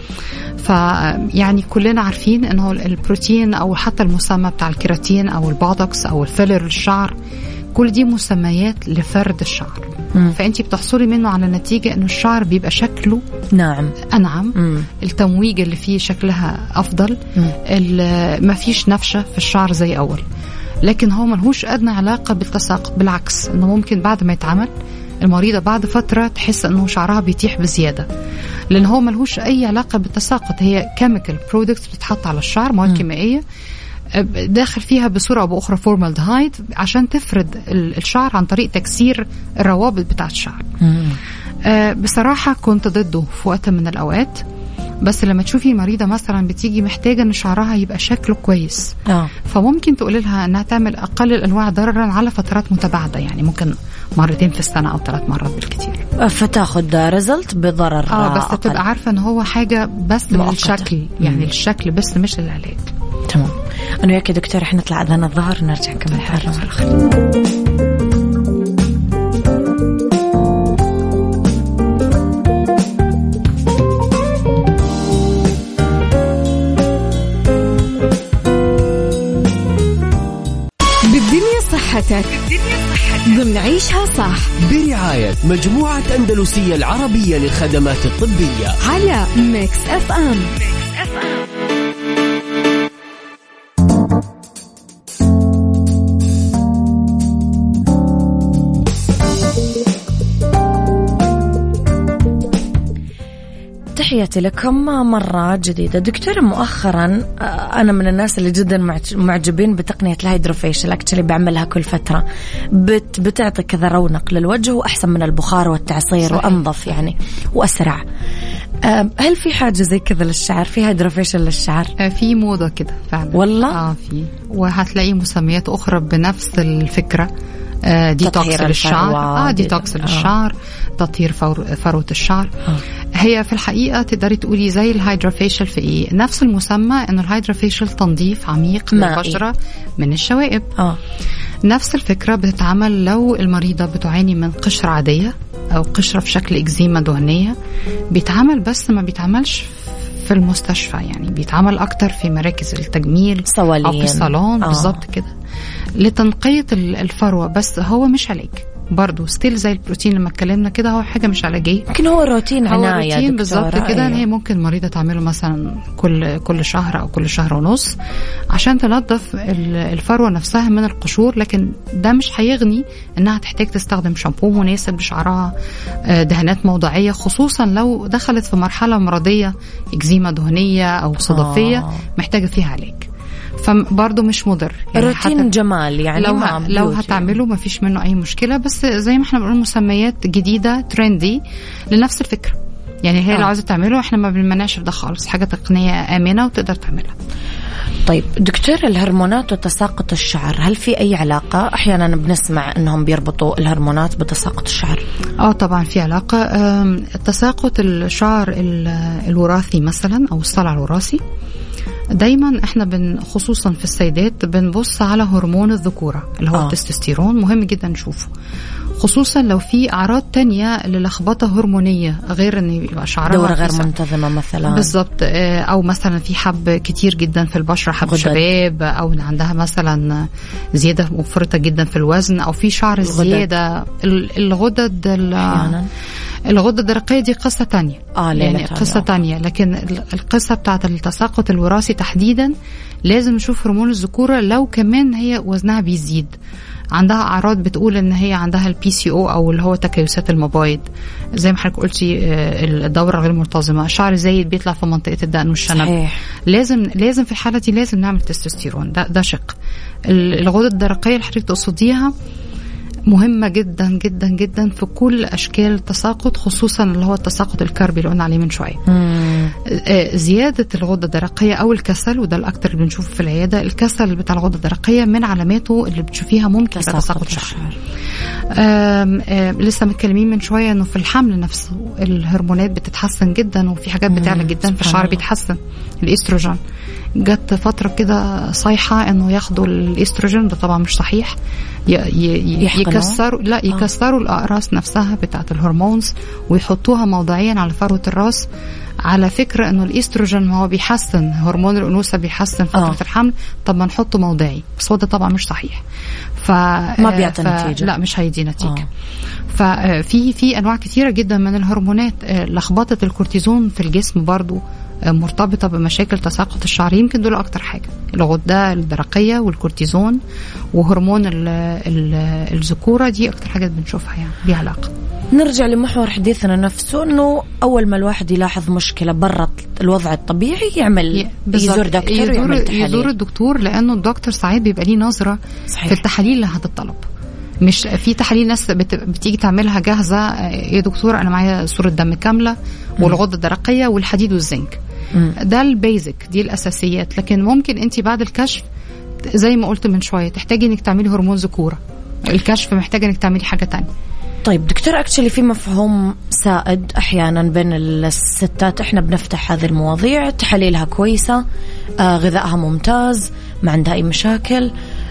فيعني كلنا عارفين أنه البروتين أو حتى المسمى بتاع الكيراتين أو البوتوكس أو الفيلر للشعر، كل دي مسميات لفرد الشعر. مم. فأنتي بتحصلي منه على نتيجة أنه الشعر بيبقى شكله ناعم أنعم. مم. التمويج اللي فيه شكلها أفضل، ما فيش نفشة في الشعر زي أول. لكن هو ملهوش أدنى علاقة بالتساقط، بالعكس أنه ممكن بعد ما يتعمل المريضة بعد فترة تحس أنه شعرها بيتيح بزيادة، لأن هو ملهوش أي علاقة بالتساقط. هي كيميكال برودكت بتتحط على الشعر، مواد كيميائية داخل فيها بصورة أو بأخرى فورمالدهايد عشان تفرد الشعر عن طريق تكسير الروابط بتاعة الشعر. آه بصراحة كنت ضده في وقت من الأوقات، بس لما تشوفي مريضة مثلا بتيجي محتاجة أن شعرها يبقى شكله كويس، آه. فممكن تقولي لها أنها تعمل أقل الأنواع ضررا على فترات متباعدة، يعني ممكن مرتين في السنة أو ثلاث مرات بالكثير، فتاخد ريزلت بضرر آه بس تبقى عارفة أن هو حاجة بس للشكل، يعني الشكل بس مش للعلاج. تمام. أنا وياك يا دكتور رح نطلع أذان الظهر نرجع نكمل حالنا مرة أخرى. بالدنيا صحتك ضمن عيشها صح برعاية مجموعة أندلسية العربية للخدمات الطبية على ميكس أف أم. تحياتي لكم مرة جديدة. دكتورة مؤخرا أنا من الناس اللي جدا معجبين بتقنية الهيدروفيشل، أكتشلي بعملها كل فترة، بت بتعطي كذا رونق للوجه وأحسن من البخار والتعصير. صحيح. وأنظف يعني وأسرع. هل في حاجة زي كذا للشعر، في هيدروفيشل للشعر؟ في موضة كده فعلا والله آه في، وهتلاقي مسميات أخرى بنفس الفكرة. آه ديتوكس للشعر، اه ديتوكس للشعر، تطهير فروة الشعر. آه. هي في الحقيقة تقدري تقولي زي الهيدرافيشل في إيه، نفس المسمى إنه الهيدرافيشل تنظيف عميق للبشرة من الشوائب. آه. نفس الفكرة بتتعمل لو المريضة بتعاني من قشرة عادية أو قشرة في شكل إكزيما دهنية، بيتعمل بس ما بيتعملش في المستشفى، يعني بيتعمل أكتر في مراكز التجميل صوالين. أو في الصالون. آه. بالضبط كده، لتنقية الفروة، بس هو مش علاج برضو. ستيل زي البروتين لما اتكلمنا كده، هو حاجة مش علاجية، لكن هو روتين عناية. روتين بالضبط كده. أيوه. هي ممكن المريضة تعمله مثلا كل كل شهر أو كل شهر ونص عشان تنظف الفروة نفسها من القشور، لكن ده مش هيغني إنها تحتاج تستخدم شامبو مناسب لشعرها، دهانات موضعية، خصوصا لو دخلت في مرحلة مرضية إكزيما دهنية أو صدفية. آه. محتاجة فيها علاج، فبرضه مش مضر. يعني روتين جمال يعني لو, ه... لو هتعمله ما فيش منه أي مشكلة، بس زي ما احنا بنقول مسميات جديدة ترندي لنفس الفكرة. يعني هي آه. لو عايزة تعمله احنا ما بنمنعش ده خالص، حاجة تقنية آمنة وتقدر تعملها. طيب دكتور، الهرمونات وتساقط الشعر هل في أي علاقة؟ أحيانا بنسمع أنهم بيربطوا الهرمونات بتساقط الشعر. آه طبعا في علاقة. تساقط الشعر الوراثي مثلا أو الصلع الوراثي، دايما احنا بن خصوصا في السيدات بنبص على هرمون الذكورة اللي هو آه. التستوستيرون. مهم جدا نشوفه، خصوصا لو في أعراض تانية للخبطة هرمونية غير أن يبقى شعرها دورة غير منتظمة مثلا. بالضبط. أو مثلا في حب كتير جدا في البشرة، حب غدد. شباب، أو عندها مثلا زيادة مفرطة جدا في الوزن، أو في شعر الغدد. زيادة الغدد أحيانا. الغدة الدرقية دي قصة تانية. آه يعني قصة تانية، لكن القصة بتاعت التساقط الوراثي تحديدا لازم نشوف هرمون الذكورة. لو كمان هي وزنها بيزيد، عندها أعراض بتقول إن هي عندها البي سي أو أو اللي هو تكيسات المبايض، زي ما حضرتك قلتي الدورة غير منتظمة، شعر زايد بيطلع في منطقة الدقن والشنب. صحيح. لازم لازم في الحالة دي لازم نعمل تستوستيرون. ده ده شق. الغدة الدرقية اللي حضرتك تقصديها مهمة جدا جدا جدا في كل أشكال التساقط، خصوصا اللي هو التساقط الكربي اللي قلنا عليه من شوية. زيادة الغدة الدرقية أو الكسل، وده الأكتر اللي بنشوفه في العيادة، الكسل بتاع الغدة الدرقية من علاماته اللي بتشوفيها ممكن تساقط الشعر. لسه متكلمين من شوية إنه في الحمل نفسه الهرمونات بتتحسن جدا، وفي حاجات بتعلى جدا، فالشعر بيتحسن. الإستروجين جت فترة كده صيحة إنه ياخدوا الإستروجين، ده طبعا مش صحيح. ي ي يكسروا لا يكسروا آه. الأقراص نفسها بتاعة الهرمونز ويحطوها موضعيا على فروة الراس، على فكرة إنه الإستروجين هو بيحسن هرمون الأنوثة، بيحسن فترة آه. الحمل. طب ما نحطه موضعي، بس هو ده طبعا مش صحيح، فما بيعطي نتيجة. لا مش هيدي نتيجة. آه. ففي في أنواع كثيرة جدا من الهرمونات. لخبطة الكورتيزون في الجسم برضو مرتبطة بمشاكل تساقط الشعر. يمكن دول أكتر حاجة، الغدة الدرقية والكورتيزون وهرمون ال ال الذكورة، دي أكتر حاجة بنشوفها يعني ليها علاقة. نرجع لمحور حديثنا نفسه، إنه أول ما الواحد يلاحظ مشكلة برا الوضع الطبيعي يعمل يزور دكتور يدور, يدور الدكتور، لأنه الدكتور ساعات بيبقى ليه نظرة صحيح. في التحاليل اللي هتطلب. مش في تحاليل ناس بتيجي تعملها جاهزة، يا دكتور أنا معايا صورة دم كاملة والغدة الدرقية والحديد والزنك، ده البيزك، دي الأساسيات. لكن ممكن أنت بعد الكشف زي ما قلت من شوية تحتاجي إنك تعملي هرمون ذكورة، الكشف محتاجة إنك تعملي حاجة تانية. طيب دكتور، أكشلي في مفهوم سائد أحيانا بين الستات، إحنا بنفتح هذه المواضيع، تحاليلها كويسة، آه غذائها ممتاز، ما عندها أي مشاكل،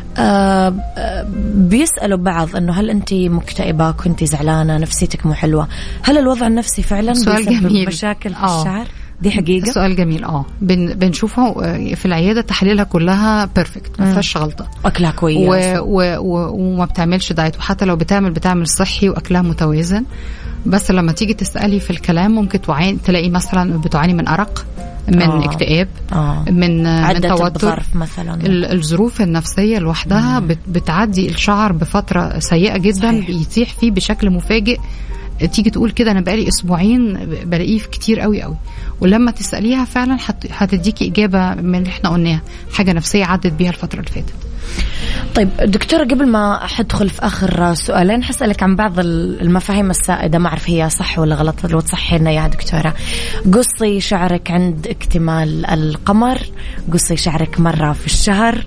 آه آه بيسألوا بعض إنه هل أنت مكتئبة، كنت زعلانة، نفسيتك مو حلوة، هل الوضع النفسي فعلا بيسبب مشاكل في أوه. الشعر؟ دي حقيقة سؤال جميل. اه بن بنشوفه في العيادة، تحليلها كلها بيرفكت، ما فيهاش غلطة، أكلها كويس و و و وما بتعملش دايت، وحتى لو بتعمل بتعمل صحي وأكلها متوازن. بس لما تيجي تسألي في الكلام ممكن تعاني، تلاقي مثلا بتعاني من أرق، من آه. اكتئاب، آه. من من توتر مثلا. الظروف النفسية لوحدها بت بتعدي الشعر بفترة سيئة جدا، صحيح. بيطيح فيه بشكل مفاجئ. تيجي تقول كده أنا بقالي أسبوعين بلاقيه كتير قوي قوي، ولما تسأليها فعلا هتديكي إجابة من اللي احنا قلناها، حاجة نفسية عدت بيها الفترة اللي فاتت. طيب دكتورة، قبل ما حدخل في آخر سؤالين حسألك عن بعض المفاهيم السائدة، ما أعرف هي صح ولا غلط، لو تصحينا يا دكتورة. قصي شعرك عند اكتمال القمر، قصي شعرك مرة في الشهر،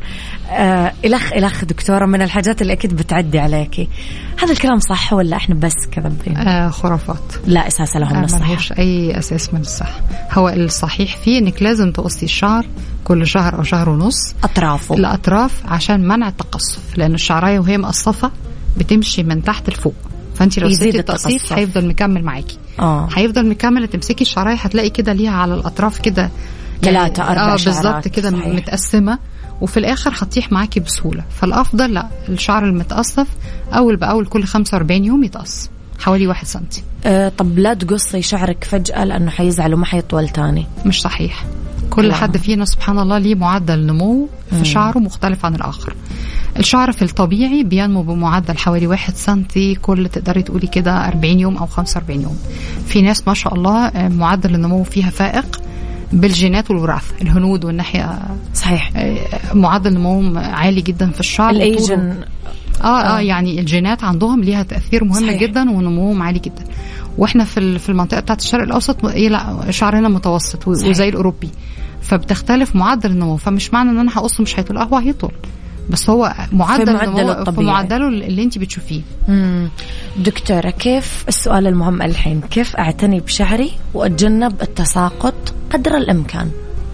آه الأخ الأخ دكتورة، من الحاجات اللي أكيد بتعدي عليكي، هذا الكلام صح ولا إحنا بس كذابين؟ آه خرافات، لا أساس له من الصحة، ملهوش أي أساس من الصح. هو الصحيح فيه إنك لازم تقصي الشعر كل شهر أو شهر ونص أطرافه الأطراف عشان منع التقصف، لأن الشعراية وهي مقصفة بتمشي من تحت لفوق، فأنت لو سبتي التقصيف هيفضل مكمل معاكي. آه. هيفضل مكمل. تمسكي الشعراية هتلاقي كده ليها على الأطراف كده ثلاثة يعني أربع آه شعرات بالظبط كده متقسمة، وفي الآخر هتطيح معاكي بسهولة. فالأفضل لا، الشعر المتقصف أول بأول كل خمسة وأربعين يوم يتقص حوالي واحد سنتي. أه طب لا تقصي شعرك فجأة لأنه حيزعل وما حيطول تاني. مش صحيح. كل لا. حد فينا سبحان الله ليه معدل نمو في مم. شعره مختلف عن الآخر. الشعر في الطبيعي بينمو بمعدل حوالي واحد سنتي كل تقدري تقولي كده أربعين يوم أو خمسة وأربعين يوم. في ناس ما شاء الله معدل النمو فيها فائق بالجينات والوراثة، الهنود والناحية صحيح معدل نموهم عالي جدا في الشعر. الأيجن آه, آه, آه يعني الجينات عندهم ليها تأثير مهم صحيح. جدا ونموهم عالي جدا. واحنا في في المنطقة بتاعت الشرق الأوسط لا شعرنا متوسط صحيح. وزي الأوروبي، فبتختلف معدل النمو. فمش معنى ان انا هقصه مش هيطول، هو هيطول بس هو معدل النمو في معدله اللي انت بتشوفيه. امم دكتورة، كيف السؤال المهم الحين، كيف اعتني بشعري واتجنب التساقط قدر الامكان؟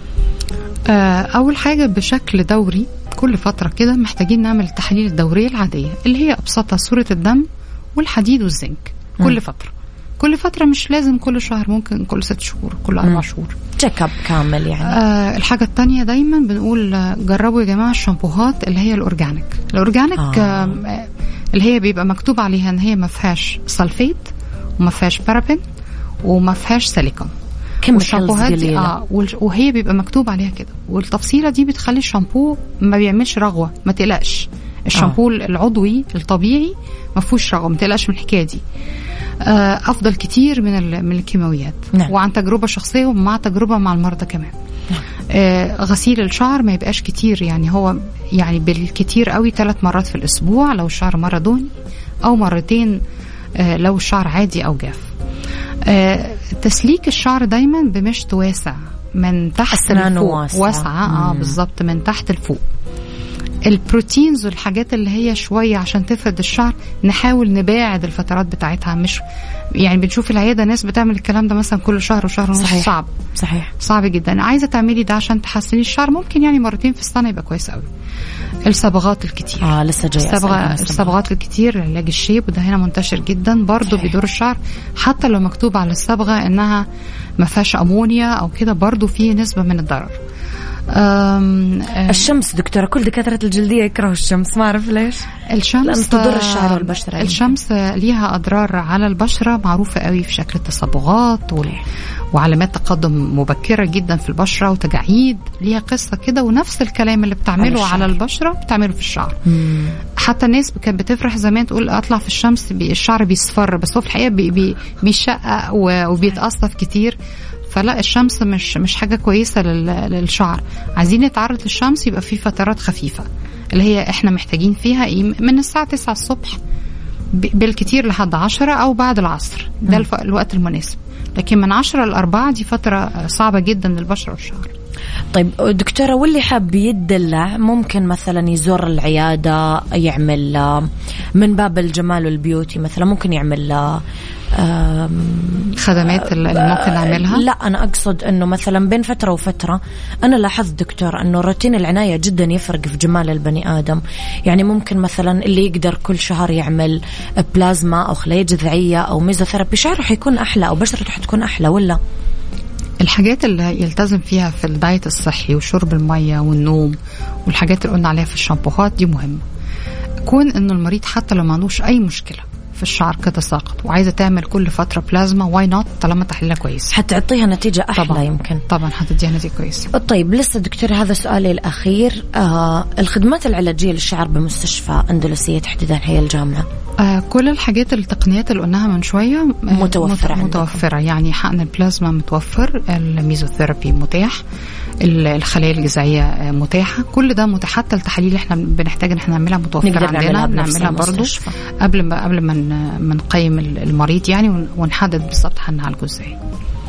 آه اول حاجة بشكل دوري كل فترة كده محتاجين نعمل التحاليل الدورية العادية اللي هي ابسطها صورة الدم والحديد والزنك. مم. كل فترة كل فترة مش لازم كل شهر، ممكن كل ست شهور كل أربع شهور تشيك اب كامل يعني. آه الحاجة التانية دايما بنقول جربوا يا جماعة الشامبوهات اللي هي الأورجانيك. الأورجانيك آه. آه اللي هي بيبقى مكتوب عليها ان هي ما فيهاش سلفيت وما فيهاش بارابين وما فيهاش سيليكون. والشامبوهات دي اه وهي بيبقى مكتوب عليها كده، والتفصيلة دي بتخلي الشامبو ما بيعملش رغوة. ما تقلقش، الشامبو آه. العضوي الطبيعي ما فيهوش رغوة، ما تقلقش من الحكاية دي. أفضل كتير من من الكيماويات. نعم. وعن تجربة شخصية ومع تجربة مع المرضى كمان. نعم. آه غسيل الشعر ما يبقاش كتير، يعني هو يعني بالكتير قوي ثلاث مرات في الأسبوع لو الشعر مرة دهني، أو مرتين آه لو الشعر عادي أو جاف. آه تسليك الشعر دايما بمشط واسع من تحت لفوق، واسعة, واسعة آه بالظبط من تحت لفوق. البروتينز والحاجات اللي هي شوية عشان تفرد الشعر نحاول نباعد الفترات بتاعتها. مش يعني بنشوف العيادة ناس بتعمل الكلام ده مثلا كل شهر وشهر ونص. صحيح. صعب صحيح صعب جدا. عايزة تعملي ده عشان تحسني الشعر ممكن يعني مرتين في السنة يبقى كويس قوي. الصبغات الكتير اه لسه جاي الصبغة الصبغات الكتير، علاج الشيب وده هنا منتشر جدا برضو بيدور الشعر، حتى لو مكتوب على الصبغة انها ما فيهاش امونيا او كده برضو في نسبة من الضرر. أم أم الشمس دكتورة، كل دكاترة الجلدية يكرهوا الشمس، ما أعرف ليش. الشمس تضر الشعر والبشرة. الشمس ليها أضرار على البشرة معروفة قوي في شكل التصبغات و... وعلامات تقدم مبكرة جدا في البشرة وتجاعيد، ليها قصة كده. ونفس الكلام اللي بتعمله على, على البشرة بتعمله في الشعر. مم. حتى الناس كانت بتفرح زمان تقول أطلع في الشمس بي الشعر بيصفر، بس هو في الحقيقة بي بي بيشقق وبيتقصف كتير. فلا الشمس مش مش حاجة كويسة للشعر. عايزين نتعرض للشمس يبقى في فترات خفيفة اللي هي احنا محتاجين فيها ايه من الساعة تسعة الصبح بالكتير لحد عشرة او بعد العصر، ده الوقت المناسب. لكن من عشرة لأربعة دي فترة صعبة جدا للبشرة والشعر. طيب دكتورة، واللي حاب يدلع ممكن مثلا يزور العيادة، يعمل من باب الجمال والبيوتي مثلا، ممكن يعمل خدمات اللي ممكن نعملها. لا أنا أقصد أنه مثلا بين فترة وفترة أنا لاحظت دكتور أنه روتين العناية جدا يفرق في جمال البني آدم. يعني ممكن مثلا اللي يقدر كل شهر يعمل بلازما أو خلايا جذعية أو ميزوثيرابي شعره حيكون أحلى أو بشرته حتكون أحلى. ولا الحاجات اللي يلتزم فيها في الدايت الصحي وشرب المية والنوم والحاجات اللي قلنا عليها في الشامبوهات دي مهمة. كون أنه المريض حتى لو ما عندوش أي مشكلة في الشعر كتساقط وعايزة تعمل كل فترة بلازما، واي نوت طالما تحليلها كويس حتعطيها نتيجة أحلى. طبعًا. يمكن طبعا حتديها نتيجة كويسة. طيب لسه دكتور، هذا سؤالي الأخير. آه الخدمات العلاجية للشعر بمستشفى أندلسية تحديدا هي الجامعة، آه كل الحاجات التقنيات اللي قلناها من شوية آه متوفرة متوفرة يعني حقن البلازما متوفر، الميزوثيرابي متاح، الخلايا الجذعية متاحة، كل ده متاح. حتى التحاليل احنا بنحتاج ان احنا نعملها متوفرة عندنا، بنعملها برضو قبل ما قبل ما نقيم المريض يعني ونحدد بالضبط هنعالجه ازاي.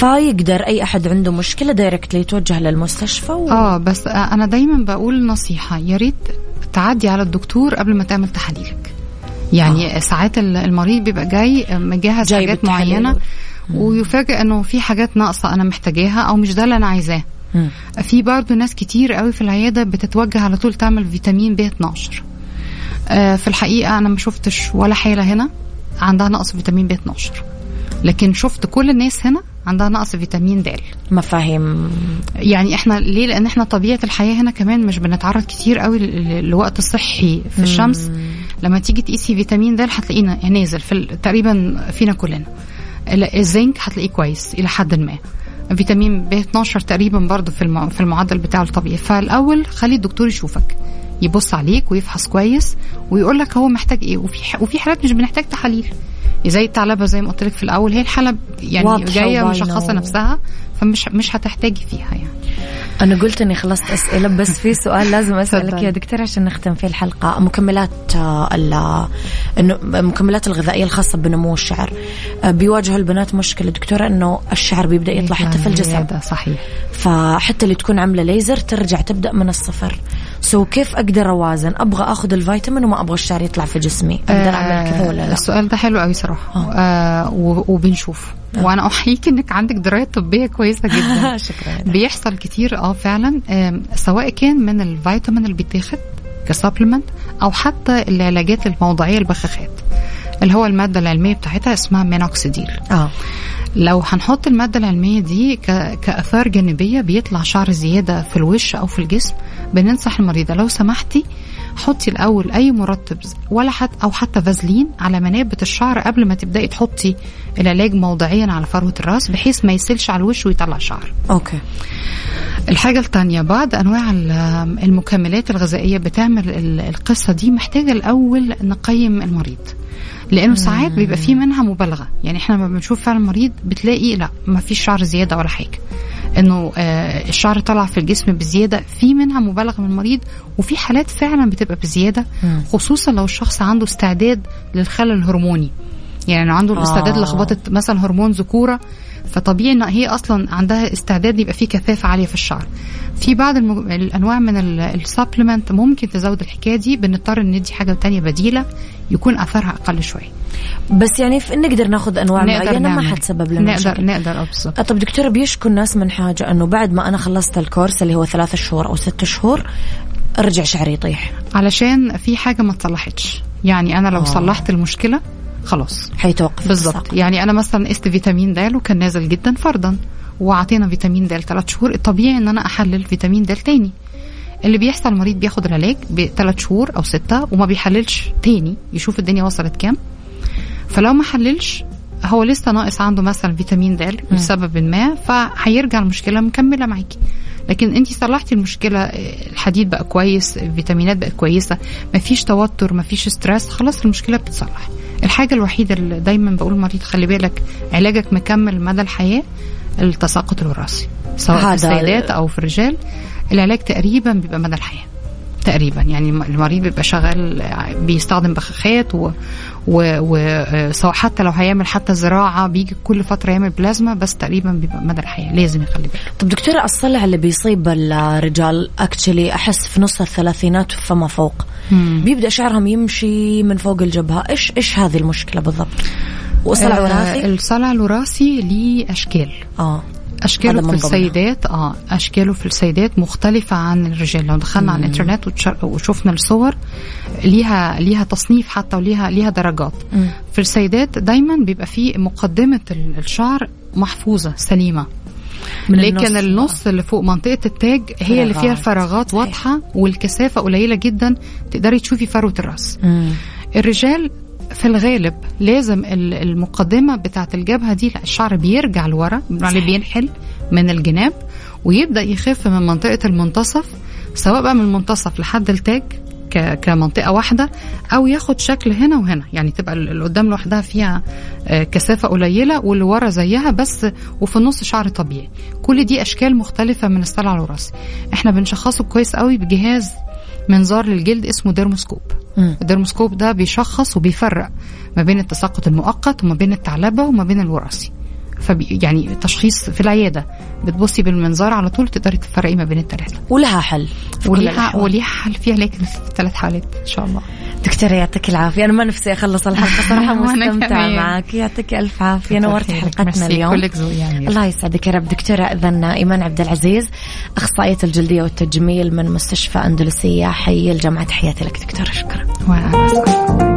فيقدر أي أحد عنده مشكلة دايركتلي يتوجه للمستشفى و... اه بس أنا دايما بقول نصيحة، يا ريت تعدي على الدكتور قبل ما تعمل تحاليلك. يعني آه. ساعات المريض بيبقى جاي مجهز حاجات معينة ويفاجئ انه في حاجات ناقصة انا محتاجاها او مش ده اللي انا عايزاه. في برضو ناس كتير قوي في العيادة بتتوجه على طول تعمل فيتامين بي اتناشر. آه في الحقيقة انا ما شفتش ولا حالة هنا عندها نقص فيتامين بي اتناشر، لكن شفت كل الناس هنا عندها نقص فيتامين د. مفاهيم. يعني احنا ليه؟ لان احنا طبيعة الحياة هنا كمان مش بنتعرض كتير قوي لوقت صحي في الشمس. مم. لما تيجي تقيسي فيتامين د هتلاقينا نازل في تقريبا فينا كلنا. الزنك هتلاقيه كويس الى حد ما. فيتامين بي اتناشر تقريبا برضو في في المعدل بتاعه الطبيعي. فالاول خلي الدكتور يشوفك، يبص عليك ويفحص كويس ويقول لك هو محتاج ايه. وفي وفي حالات مش بنحتاج تحاليل زي الثعلبه زي ما قلت لك في الاول، هي الحاله يعني جايه مشخصه نفسها فمش مش هتحتاجي فيها. يعني انا قلت اني خلصت اسئله بس في سؤال لازم اسالك يا دكتور عشان نختم في الحلقه. مكملات المكملات الغذائيه الخاصه بنمو الشعر بيواجه البنات مشكله دكتوره انه الشعر بيبدا يطلع حتى في الجسم. صحيح. فحتى اللي تكون عامله ليزر ترجع تبدا من الصفر. سو كيف اقدر اوازن؟ ابغى اخذ الفيتامين وما ابغى الشعر يطلع في جسمي، اقدر اعمل كذا ولا لا؟ السؤال ده حلو قوي صراحه. آه. آه وبنشوف آه. وانا احييك انك عندك درايه طبيه كويسه جدا. شكرا. بيحصل كتير اه فعلا، آه سواء كان من الفيتامين اللي بيتاخد كسبلمنت او حتى العلاجات الموضعيه البخاخات اللي هو الماده العلميه بتاعتها اسمها مينوكسيديل. اه لو هنحط المادة العلمية دي كأثار جانبية بيطلع شعر زيادة في الوش أو في الجسم، بننصح المريضة لو سمحتي حطي الأول أي مرطب ولا حتى أو حتى فازلين على منابت الشعر قبل ما تبدأي تحطي العلاج موضعيا على فروة الرأس بحيث ما يسيلش على الوش ويطلع شعر. أوكي. الحاجة الثانية بعض أنواع المكملات الغذائية بتعمل القصة دي، محتاجة الأول نقيم المريض لأنه ساعات بيبقى فيه منها مبالغة. يعني إحنا لما بنشوف فعلا المريض بتلاقي لا ما فيش شعر زيادة ولا حاجة، إنه آه الشعر طلع في الجسم بزيادة، في منها مبالغة من المريض وفي حالات فعلا بتبقى بزيادة، خصوصا لو الشخص عنده استعداد للخلل الهرموني. يعني عنده الاستعداد آه. لخبطة مثلا هرمون ذكورة، فطبيعي إن هي أصلا عندها استعداد يبقى فيه كثافة عالية في الشعر. في بعض المج... الأنواع من السبلمنت ممكن تزود الحكاية دي، بنضطر ندي حاجة تانية بديلة يكون أثرها أقل شوي. بس يعني في نقدر ناخذ أنواع معينة ما حتسبب لنا نقدر مشكلة. نقدر أبسط. طب دكتورة بيشكو الناس من حاجة إنه بعد ما أنا خلصت الكورس اللي هو ثلاثة شهور أو ستة شهور أرجع شعري يطيح علشان في حاجة ما تصلحتش. يعني أنا لو أوه. صلحت المشكلة خلاص حيتوقف بالضبط. يعني أنا مثلا قست فيتامين د وكان نازل جدا فرضا وعطينا فيتامين د ثلاث شهور، الطبيعي ان انا احلل فيتامين د تاني. اللي بيحصل المريض بياخد العلاج بثلاث شهور او ستة وما بيحللش تاني يشوف الدنيا وصلت كام. فلو ما حللش هو لسه ناقص عنده مثلا فيتامين د لسبب ما، فهيرجع المشكلة مكملة معاكي. لكن انتي صلحتي المشكلة، الحديد بقى كويس، الفيتامينات بقت كويسة، مفيش توتر مفيش ستريس، خلاص المشكلة بتتصلح. الحاجة الوحيدة اللي دايما بقول المريض خلي بالك علاجك مكمل مدى الحياة التساقط الوراثي، سواء في السيدات أو في الرجال. العلاج تقريبا بيبقى مدى الحياة تقريبا. يعني المريض بيبقى شغال بيستخدم بخاخات و... و... و... سواء حتى لو هيعمل حتى زراعة بيجي كل فترة يعمل بلازما، بس تقريبا بيبقى مدى الحياة لازم يخلي بالك. طب دكتورة الصلع اللي بيصيب الرجال أكتشلي أحس في نص الثلاثينات فما فوق مم. بيبدأ شعرهم يمشي من فوق الجبهة، إيش إيش هذه المشكلة بالضبط؟ والصلع الوراثي؟ آه الصلع الوراثي ليه أشكال. آه أشكاله في السيدات آه أشكاله في السيدات مختلفة عن الرجال. لو دخلنا على الإنترنت وشوفنا الصور ليها ليها تصنيف حتى وليها ليها درجات. مم. في السيدات دايما بيبقى فيه مقدمة الشعر محفوظة سليمة، لكن النص اللي فوق منطقة التاج هي فراغات. اللي فيها الفراغات واضحة والكثافة قليلة جدا، تقدري تشوفي فروة الرأس. مم. الرجال في الغالب لازم المقدمة بتاعة الجبهة دي الشعر بيرجع لورا، اللي بينحل من الجناب ويبدأ يخف من منطقة المنتصف، سواء بقى من المنتصف لحد التاج كمنطقة واحدة، أو ياخد شكل هنا وهنا. يعني تبقى اللي قدام لوحدها فيها كثافة قليلة واللي ورا زيها بس، وفي النص شعر طبيعي. كل دي أشكال مختلفة من الصلع الوراثي. احنا بنشخصه كويس قوي بجهاز منظار للجلد اسمه ديرموسكوب. مم. الديرموسكوب ده بيشخص وبيفرق ما بين التساقط المؤقت وما بين الثعلبة وما بين الوراثي. فبي يعني تشخيص في العيادة بتبصي بالمنظار على طول تقدري تفرقي ما بين الثلاثة. ولها حل وليها وليها حل في علاج الثلاث حالات إن شاء الله. دكتورة يعطيك العافية، أنا ما نفسي أخلص الحلقة صراحة مستمتعة معك، يعطيك ألف عافية، نورت حلقتنا اليوم. يعني. الله يسعدك يا رب. دكتورة إذن إيمان عبد العزيز، أخصائية الجلدية والتجميل من مستشفى أندلسية حي الجامعة، تحياتي لك دكتورة. شكرا. وأنا